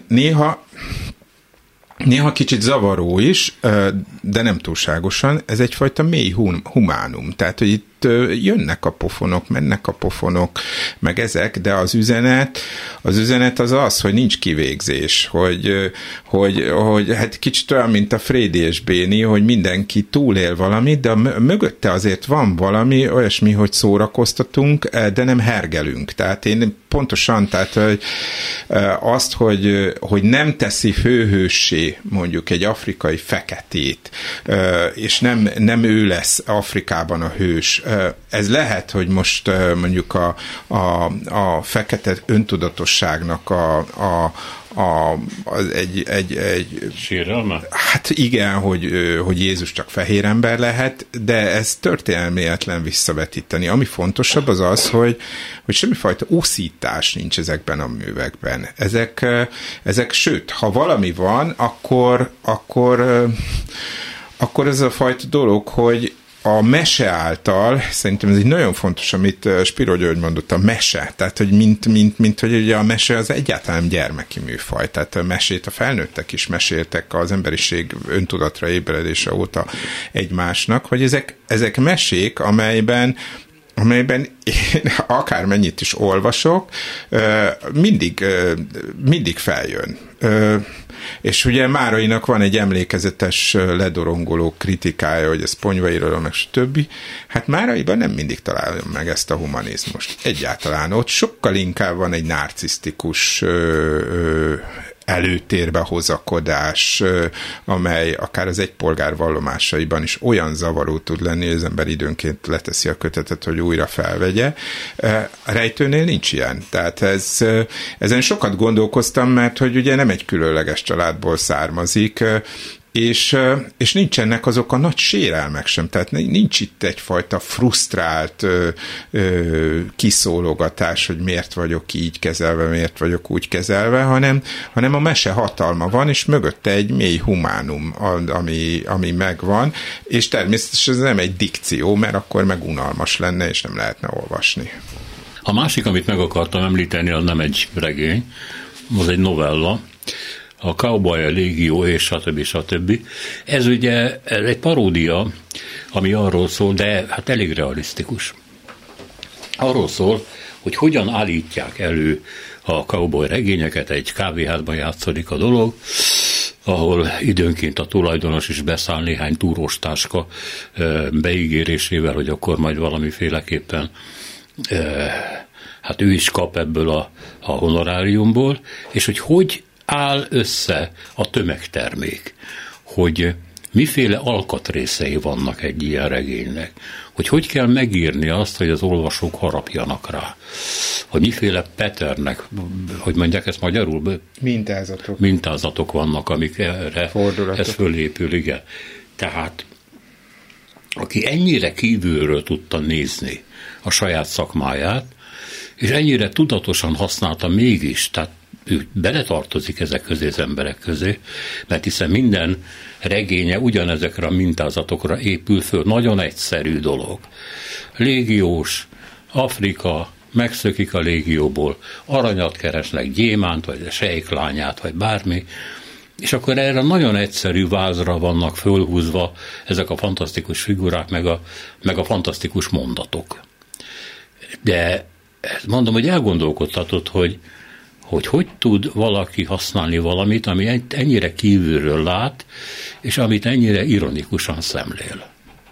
néha kicsit zavaró is, de nem túlságosan, ez egyfajta mély humánum. Tehát, hogy itt jönnek a pofonok, mennek a pofonok, meg ezek, de az üzenet az, hogy nincs kivégzés, hogy hát kicsit olyan, mint a Frédi és Béni, hogy mindenki túlél valamit, de mögötte azért van valami olyasmi, hogy szórakoztatunk, de nem hergelünk. Tehát én pontosan, tehát azt, hogy nem teszi főhőssé mondjuk egy afrikai feketét, és nem ő lesz Afrikában a hős. Ez lehet, hogy most mondjuk a fekete öntudatosságnak egy sérelme? Hát igen, hogy Jézus csak fehér ember lehet, de ez történelméletlen visszavetíteni. Ami fontosabb az, hogy semmifajta úszítás nincs ezekben a művekben. Ezek sőt, ha valami van, akkor ez a fajta dolog, hogy a mese által, szerintem ez egy nagyon fontos, amit Spiro György mondott, a mese. Tehát, hogy mint hogy ugye a mese az egyáltalán nem gyermeki műfaj. Tehát a mesét a felnőttek is meséltek az emberiség öntudatra ébredése óta egymásnak, hogy ezek mesék, amelyben én akármennyit is olvasok, mindig feljön. És ugye Márainak van egy emlékezetes, ledorongoló kritikája, hogy ez ponyvairodalom, meg stb. Hát Máraiban nem mindig találom meg ezt a humanizmust. Egyáltalán ott sokkal inkább van egy narcisztikus előtérbe hozakodás, amely akár az egy polgár vallomásaiban is olyan zavaró tud lenni, hogy az ember időnként leteszi a kötetet, hogy újra felvegye. A Rejtőnél nincs ilyen. Tehát ezen sokat gondolkoztam, mert hogy ugye nem egy különleges családból származik, és nincsenek azok a nagy sérelmek sem, tehát nincs itt egyfajta frusztrált kiszólogatás, hogy miért vagyok így kezelve, miért vagyok úgy kezelve, hanem a mese hatalma van, és mögötte egy mély humánum, ami megvan, és természetesen ez nem egy dikció, mert akkor meg unalmas lenne, és nem lehetne olvasni. A másik, amit meg akartam említeni, az nem egy regény, az egy novella, a Cowboy, a Légió, és stb. Ez ugye egy paródia, ami arról szól, de hát elég realisztikus. Arról szól, hogy hogyan állítják elő a cowboy regényeket, egy kávéházban játszódik a dolog, ahol időnként a tulajdonos is beszáll néhány túróstáska beígérésével, hogy akkor majd valamiféleképpen hát ő is kap ebből a honoráriumból, és hogy áll össze a tömegtermék, hogy miféle alkatrészei vannak egy ilyen regénynek, hogy kell megírni azt, hogy az olvasók harapjanak rá, hogy miféle patternnek, hogy mondják ezt magyarul? Mintázatok vannak, amik erre ez fölépül, igen. Tehát aki ennyire kívülről tudta nézni a saját szakmáját, és ennyire tudatosan használta mégis, tehát ő beletartozik ezek közé az emberek közé, mert hiszen minden regénye ugyanezekre a mintázatokra épül föl. Nagyon egyszerű dolog. Légiós, Afrika, megszökik a légióból, aranyat keresnek, gyémánt, vagy a sejklányát, vagy bármi, és akkor erre nagyon egyszerű vázra vannak fölhúzva ezek a fantasztikus figurák, meg a fantasztikus mondatok. De mondom, hogy elgondolkodtatott, hogy tud valaki használni valamit, ami ennyire kívülről lát, és amit ennyire ironikusan szemlél.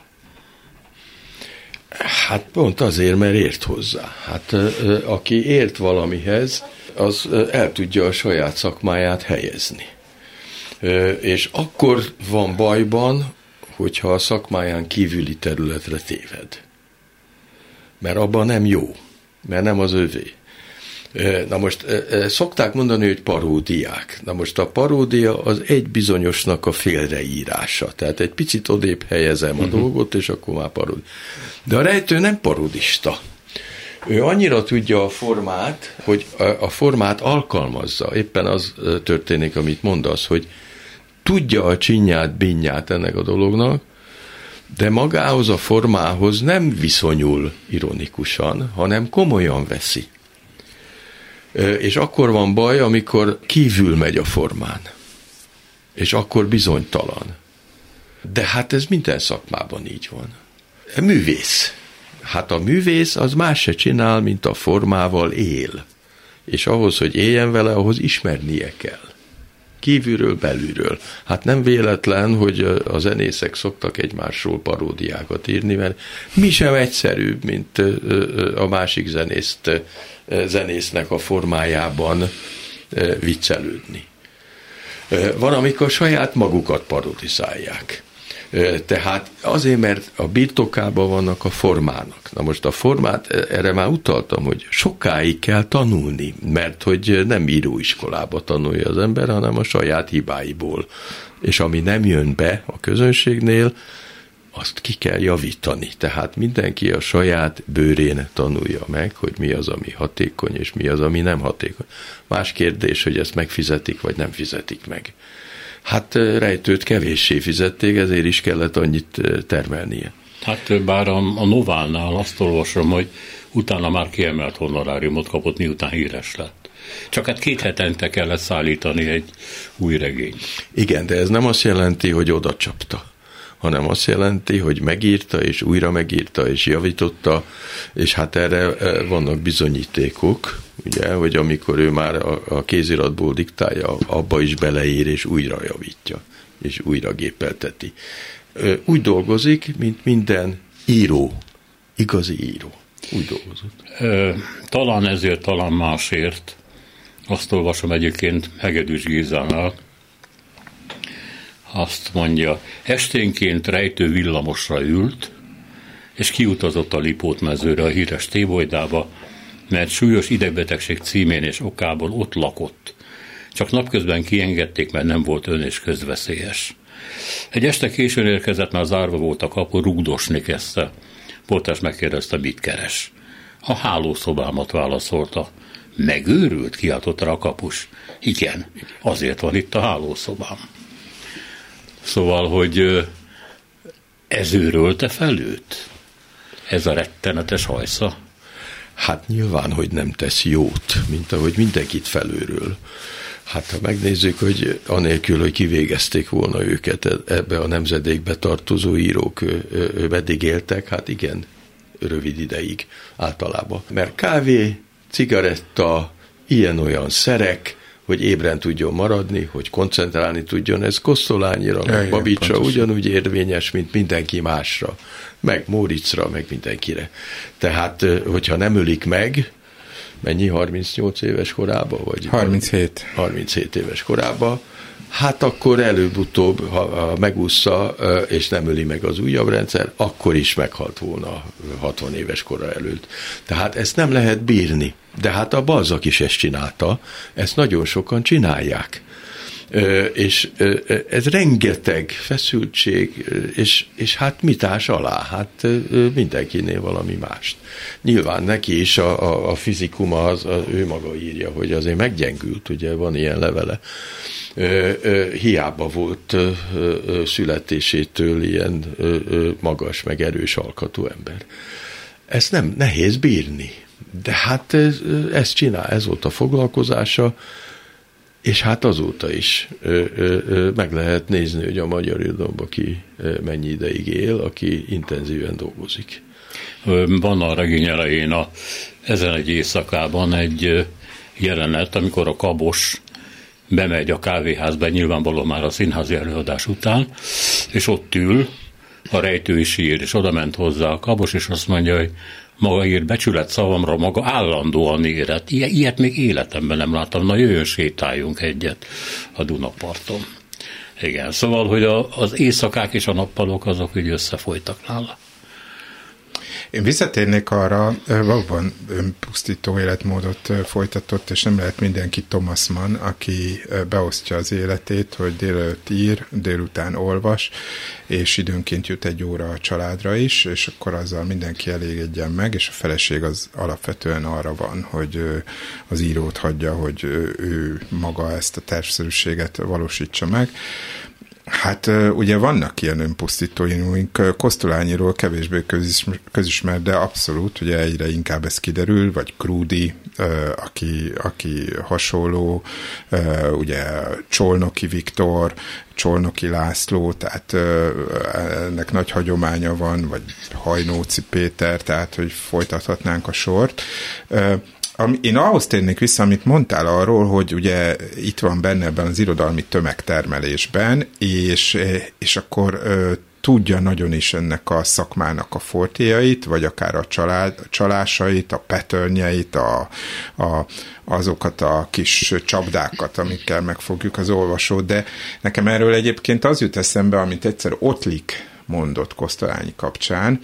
Hát pont azért, mert ért hozzá. Hát aki ért valamihez, az el tudja a saját szakmáját helyezni. És akkor van bajban, hogyha a szakmáján kívüli területre téved. Mert abban nem jó, mert nem az övé. Na most szokták mondani, hogy paródiák. Na most a paródia az egy bizonyosnak a félreírása. Tehát egy picit odébb helyezem a dolgot, és akkor már paródia. De a rejtő nem parodista. Ő annyira tudja a formát, hogy a formát alkalmazza. Éppen az történik, amit mondasz, hogy tudja a csinyát, binnyát ennek a dolognak, de magához a formához nem viszonyul ironikusan, hanem komolyan veszi. És akkor van baj, amikor kívül megy a formán. És akkor bizonytalan. De hát ez minden szakmában így van. Művész. Hát a művész az más se csinál, mint a formával él. És ahhoz, hogy éljen vele, ahhoz ismernie kell. Kívülről, belülről. Hát nem véletlen, hogy a zenészek szoktak egymásról paródiákat írni, mert mi sem egyszerűbb, mint a másik zenésznek a formájában viccelődni. Van, amikor saját magukat parodizálják. Tehát azért, mert a birtokában vannak a formának. Na most a formát, erre már utaltam, hogy sokáig kell tanulni, mert hogy nem íróiskolába tanulja az ember, hanem a saját hibáiból. És ami nem jön be a közönségnél, azt ki kell javítani. Tehát mindenki a saját bőrén tanulja meg, hogy mi az, ami hatékony, és mi az, ami nem hatékony. Más kérdés, hogy ezt megfizetik, vagy nem fizetik meg. Hát Rejtőt kevéssé fizették, ezért is kellett annyit termelnie. Hát bár a Noválnál azt olvasom, hogy utána már kiemelt honoráriumot kapott, miután híres lett. Csak hát 2 hetente kellett szállítani egy új regényt. Igen, de ez nem azt jelenti, hogy oda csapta, hanem azt jelenti, hogy megírta, és újra megírta, és javította, és hát erre vannak bizonyítékok, ugye, hogy amikor ő már a kéziratból diktálja, abba is beleír, és újra javítja, és újra gépelteti. Úgy dolgozik, mint minden író, igazi író. Úgy dolgozott. Talán ezért, talán másért. Azt olvasom egyébként Hegedűs Gézánál, azt mondja, esténként Rejtő villamosra ült, és kiutazott a Lipót-mezőre, a híres Tébolydába, mert súlyos idegbetegség címén és okából ott lakott. Csak napközben kiengedték, mert nem volt ön és közveszélyes. Egy este későn érkezett, mert zárva volt a kapu, rugdosni kezdte. Portás megkérdezte, mit keres. A hálószobámat válaszolta. Megőrült, kiáltott rá a kapus. Igen, azért van itt a hálószobám. Szóval, hogy ez őrölte fel őt? Ez a rettenetes hajsza? Hát nyilván, hogy nem tesz jót, mint ahogy mindenkit felőről. Hát ha megnézzük, hogy anélkül, hogy kivégezték volna őket, ebbe a nemzedékbe tartozó írók meddig éltek, hát igen, rövid ideig általában. Mert kávé, cigaretta, ilyen-olyan szerek, hogy ébren tudjon maradni, hogy koncentrálni tudjon, ez Kosztolányira, meg Babicsra ugyanúgy érvényes, mint mindenki másra, meg Móriczra, meg mindenkire. Tehát, hogyha nem ölik meg, mennyi, 38 éves korában? Vagy 37. 37 éves korában, hát akkor előbb-utóbb, ha megúszza, és nem öli meg az újabb rendszer, akkor is meghalt volna 60 éves kora előtt. Tehát ezt nem lehet bírni. De hát a Balzac is ezt csinálta, ezt nagyon sokan csinálják. És ez rengeteg feszültség, és hát mitás alá, hát mindenkinél valami mást. Nyilván neki is a fizikuma, az ő maga írja, hogy azért meggyengült, ugye van ilyen levele. Hiába volt születésétől ilyen magas, meg erős alkatú ember. Ezt nem nehéz bírni. De hát ezt csinál, ez volt a foglalkozása, és hát azóta is meg lehet nézni, hogy a magyar irodalomban ki mennyi ideig él, aki intenzíven dolgozik. Van a regény elején ezen egy éjszakában egy jelenet, amikor a Kabos bemegy a kávéházba, nyilvánvalóan már a színházi előadás után, és ott ül, a Rejtő is ír, és oda ment hozzá a Kabos, és azt mondja, hogy maga ír becsület szavamra, maga állandóan éret. Ilyet még életemben nem láttam. Na, jöjjön, sétáljunk egyet a Dunaparton. Igen, szóval, hogy az éjszakák és a nappalok azok úgy összefolytak nála. Én visszatérnék arra, valóban önpusztító életmódot folytatott, és nem lehet mindenki Thomas Mann, aki beosztja az életét, hogy délelőtt ír, délután olvas, és időnként jut egy óra a családra is, és akkor azzal mindenki elégedjen meg, és a feleség az alapvetően arra van, hogy az írót hagyja, hogy ő maga ezt a tervszerűséget valósítsa meg. Hát ugye vannak ilyen önpusztítóink, Kosztolányiról kevésbé közismert, de abszolút, ugye egyre inkább ez kiderül, vagy Krúdy, aki hasonló, ugye Csolnoki Viktor, Csolnoki László, tehát ennek nagy hagyománya van, vagy Hajnóci Péter, tehát hogy folytathatnánk a sort. Én ahhoz térnék vissza, amit mondtál arról, hogy ugye itt van benne ebben az irodalmi tömegtermelésben, és akkor tudja nagyon is ennek a szakmának a fortéjait, vagy akár a csalásait, a patternjeit, azokat a kis csapdákat, amikkel megfogjuk az olvasót, de nekem erről egyébként az jut eszembe, amit egyszer Ottlik mondott Kosztolányi kapcsán,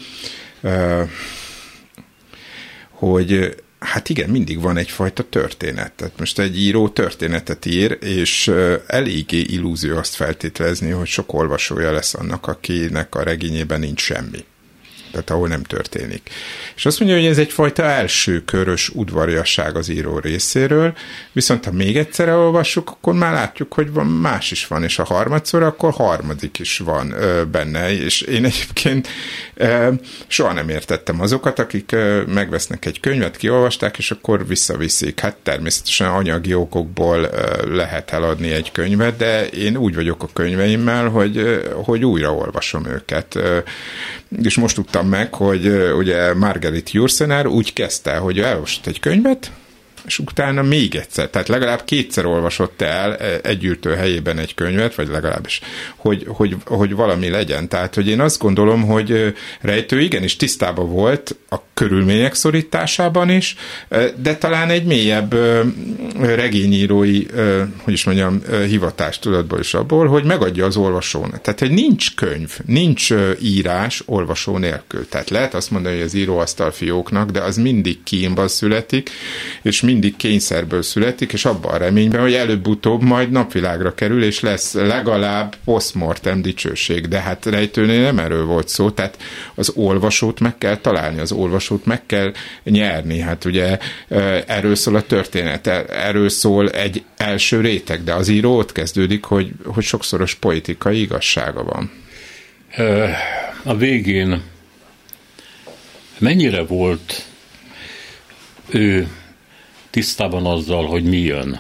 hogy hát igen, mindig van egyfajta történet. Tehát most egy író történetet ír, és eléggé illúzió azt feltételezni, hogy sok olvasója lesz annak, akinek a regényében nincs semmi. Tehát ahol nem történik. És azt mondja, hogy ez egyfajta első körös udvariasság az író részéről, viszont ha még egyszer olvassuk, akkor már látjuk, hogy más is van, és a harmadszor akkor harmadik is van benne, és én egyébként soha nem értettem azokat, akik megvesznek egy könyvet, kiolvasták, és akkor visszaviszik. Hát természetesen anyagi okokból lehet eladni egy könyvet, de én úgy vagyok a könyveimmel, hogy újra olvasom őket. És most tudtam meg, hogy ugye Margaret Jursener úgy kezdte, hogy elolvasott egy könyvet, és utána még egyszer, tehát legalább kétszer olvasott el egy ültő helyében egy könyvet, vagy legalábbis, hogy valami legyen. Tehát, hogy én azt gondolom, hogy Rejtő igenis tisztában volt a körülmények szorításában is, de talán egy mélyebb regényírói, hogy is mondjam, hivatás tudatból is abból, hogy megadja az olvasónak. Tehát, hogy nincs könyv, nincs írás olvasó nélkül. Tehát lehet azt mondani, hogy az íróasztal fióknak, de az mindig kínban születik, és mindig kényszerből születik, és abban a reményben, hogy előbb-utóbb majd napvilágra kerül, és lesz legalább posztmortem dicsőség. De hát Rejtőnél nem erről volt szó, tehát az olvasót meg kell találni, az olvasót meg kell nyerni. Hát ugye erről szól a történet, erről szól egy első réteg, de az író ott kezdődik, hogy sokszoros poetikai igazsága van. A végén mennyire volt ő tisztában azzal, hogy mi jön?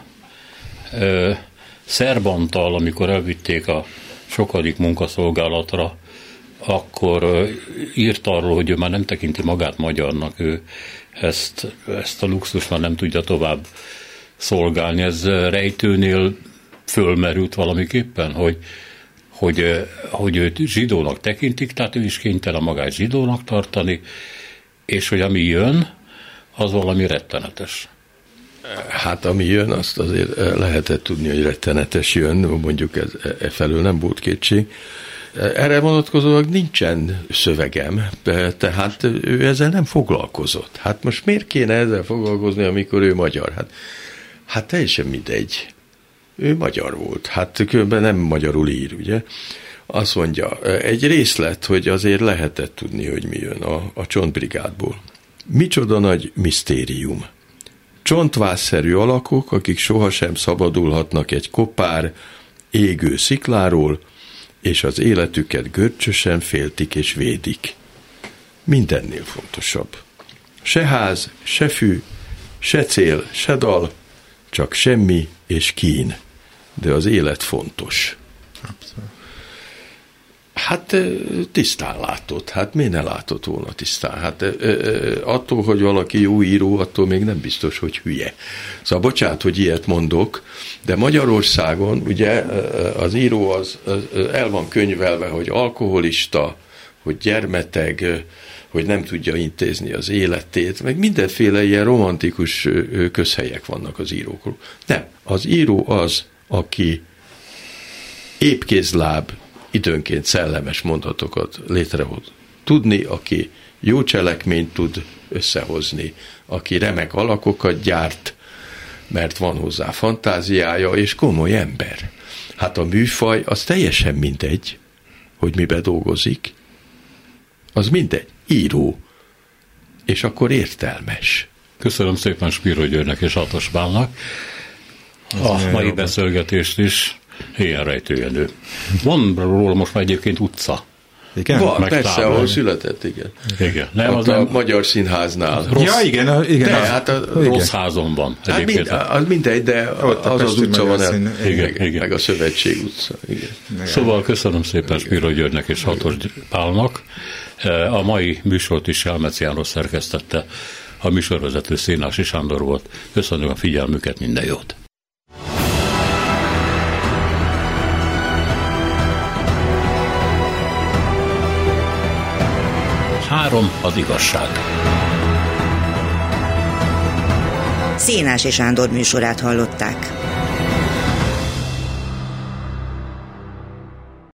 Szerbantal, amikor elvitték a sokadik munkaszolgálatra, akkor írt arról, hogy ő már nem tekinti magát magyarnak, ő ezt a luxust már nem tudja tovább szolgálni. Ez Rejtőnél fölmerült valamiképpen, hogy őt zsidónak tekintik, tehát ő is kénytelen magát zsidónak tartani, és hogy ami jön, az valami rettenetes. Hát ami jön, azt azért lehetett tudni, hogy rettenetes jön, mondjuk ez felől nem volt kétség. Erre vonatkozólag nincsen szövegem, tehát ő ezzel nem foglalkozott. Hát most miért kéne ezzel foglalkozni, amikor ő magyar? Hát teljesen mindegy. Ő magyar volt. Hát különben nem magyarul ír, ugye? Azt mondja, egy részlet, hogy azért lehetett tudni, hogy mi jön a Csontbrigádból. Micsoda nagy misztérium. Csontvázszerű alakok, akik sohasem szabadulhatnak egy kopár, égő szikláról, és az életüket görcsösen féltik és védik. Mindennél fontosabb. Se ház, se fű, se cél, se dal, csak semmi és kín, de az élet fontos. Abszolút. Hát tisztán látod, hát miért ne látod volna tisztán? Hát attól, hogy valaki jó író, attól még nem biztos, hogy hülye. Szóval bocsánat, hogy ilyet mondok, de Magyarországon ugye az író az el van könyvelve, hogy alkoholista, hogy gyermeteg, hogy nem tudja intézni az életét, meg mindenféle ilyen romantikus közhelyek vannak az írókról. Nem, az író az, aki épkézláb, időnként szellemes mondatokat létrehoz. Tudni, aki jó cselekményt tud összehozni, aki remek alakokat gyárt, mert van hozzá fantáziája, és komoly ember. Hát a műfaj az teljesen mindegy, hogy mibe dolgozik. Az mindegy. Író. És akkor értelmes. Köszönöm szépen Spiro Györgynek és Hatos Pálnak a mai beszélgetést is. Ilyen Rejtő. Van róla most már egyébként utca. Igen? Van, persze, ahol született, igen. Igen. Nem, ott a Magyar Színháznál. Ja, igen. De, hát a Rossz házon van. Hát az mindegy, de az utca van el. Igen. Meg a Szövetség utca. Igen. Szóval köszönöm szépen Spiro Györgynek és Hatos Pálnak. A mai műsort is Selmec János szerkesztette, a műsorvezető Szénási Sándor volt. Köszönöm a figyelmüket, minden jót! 3 az igazság. Szénási Sándor műsorát hallották.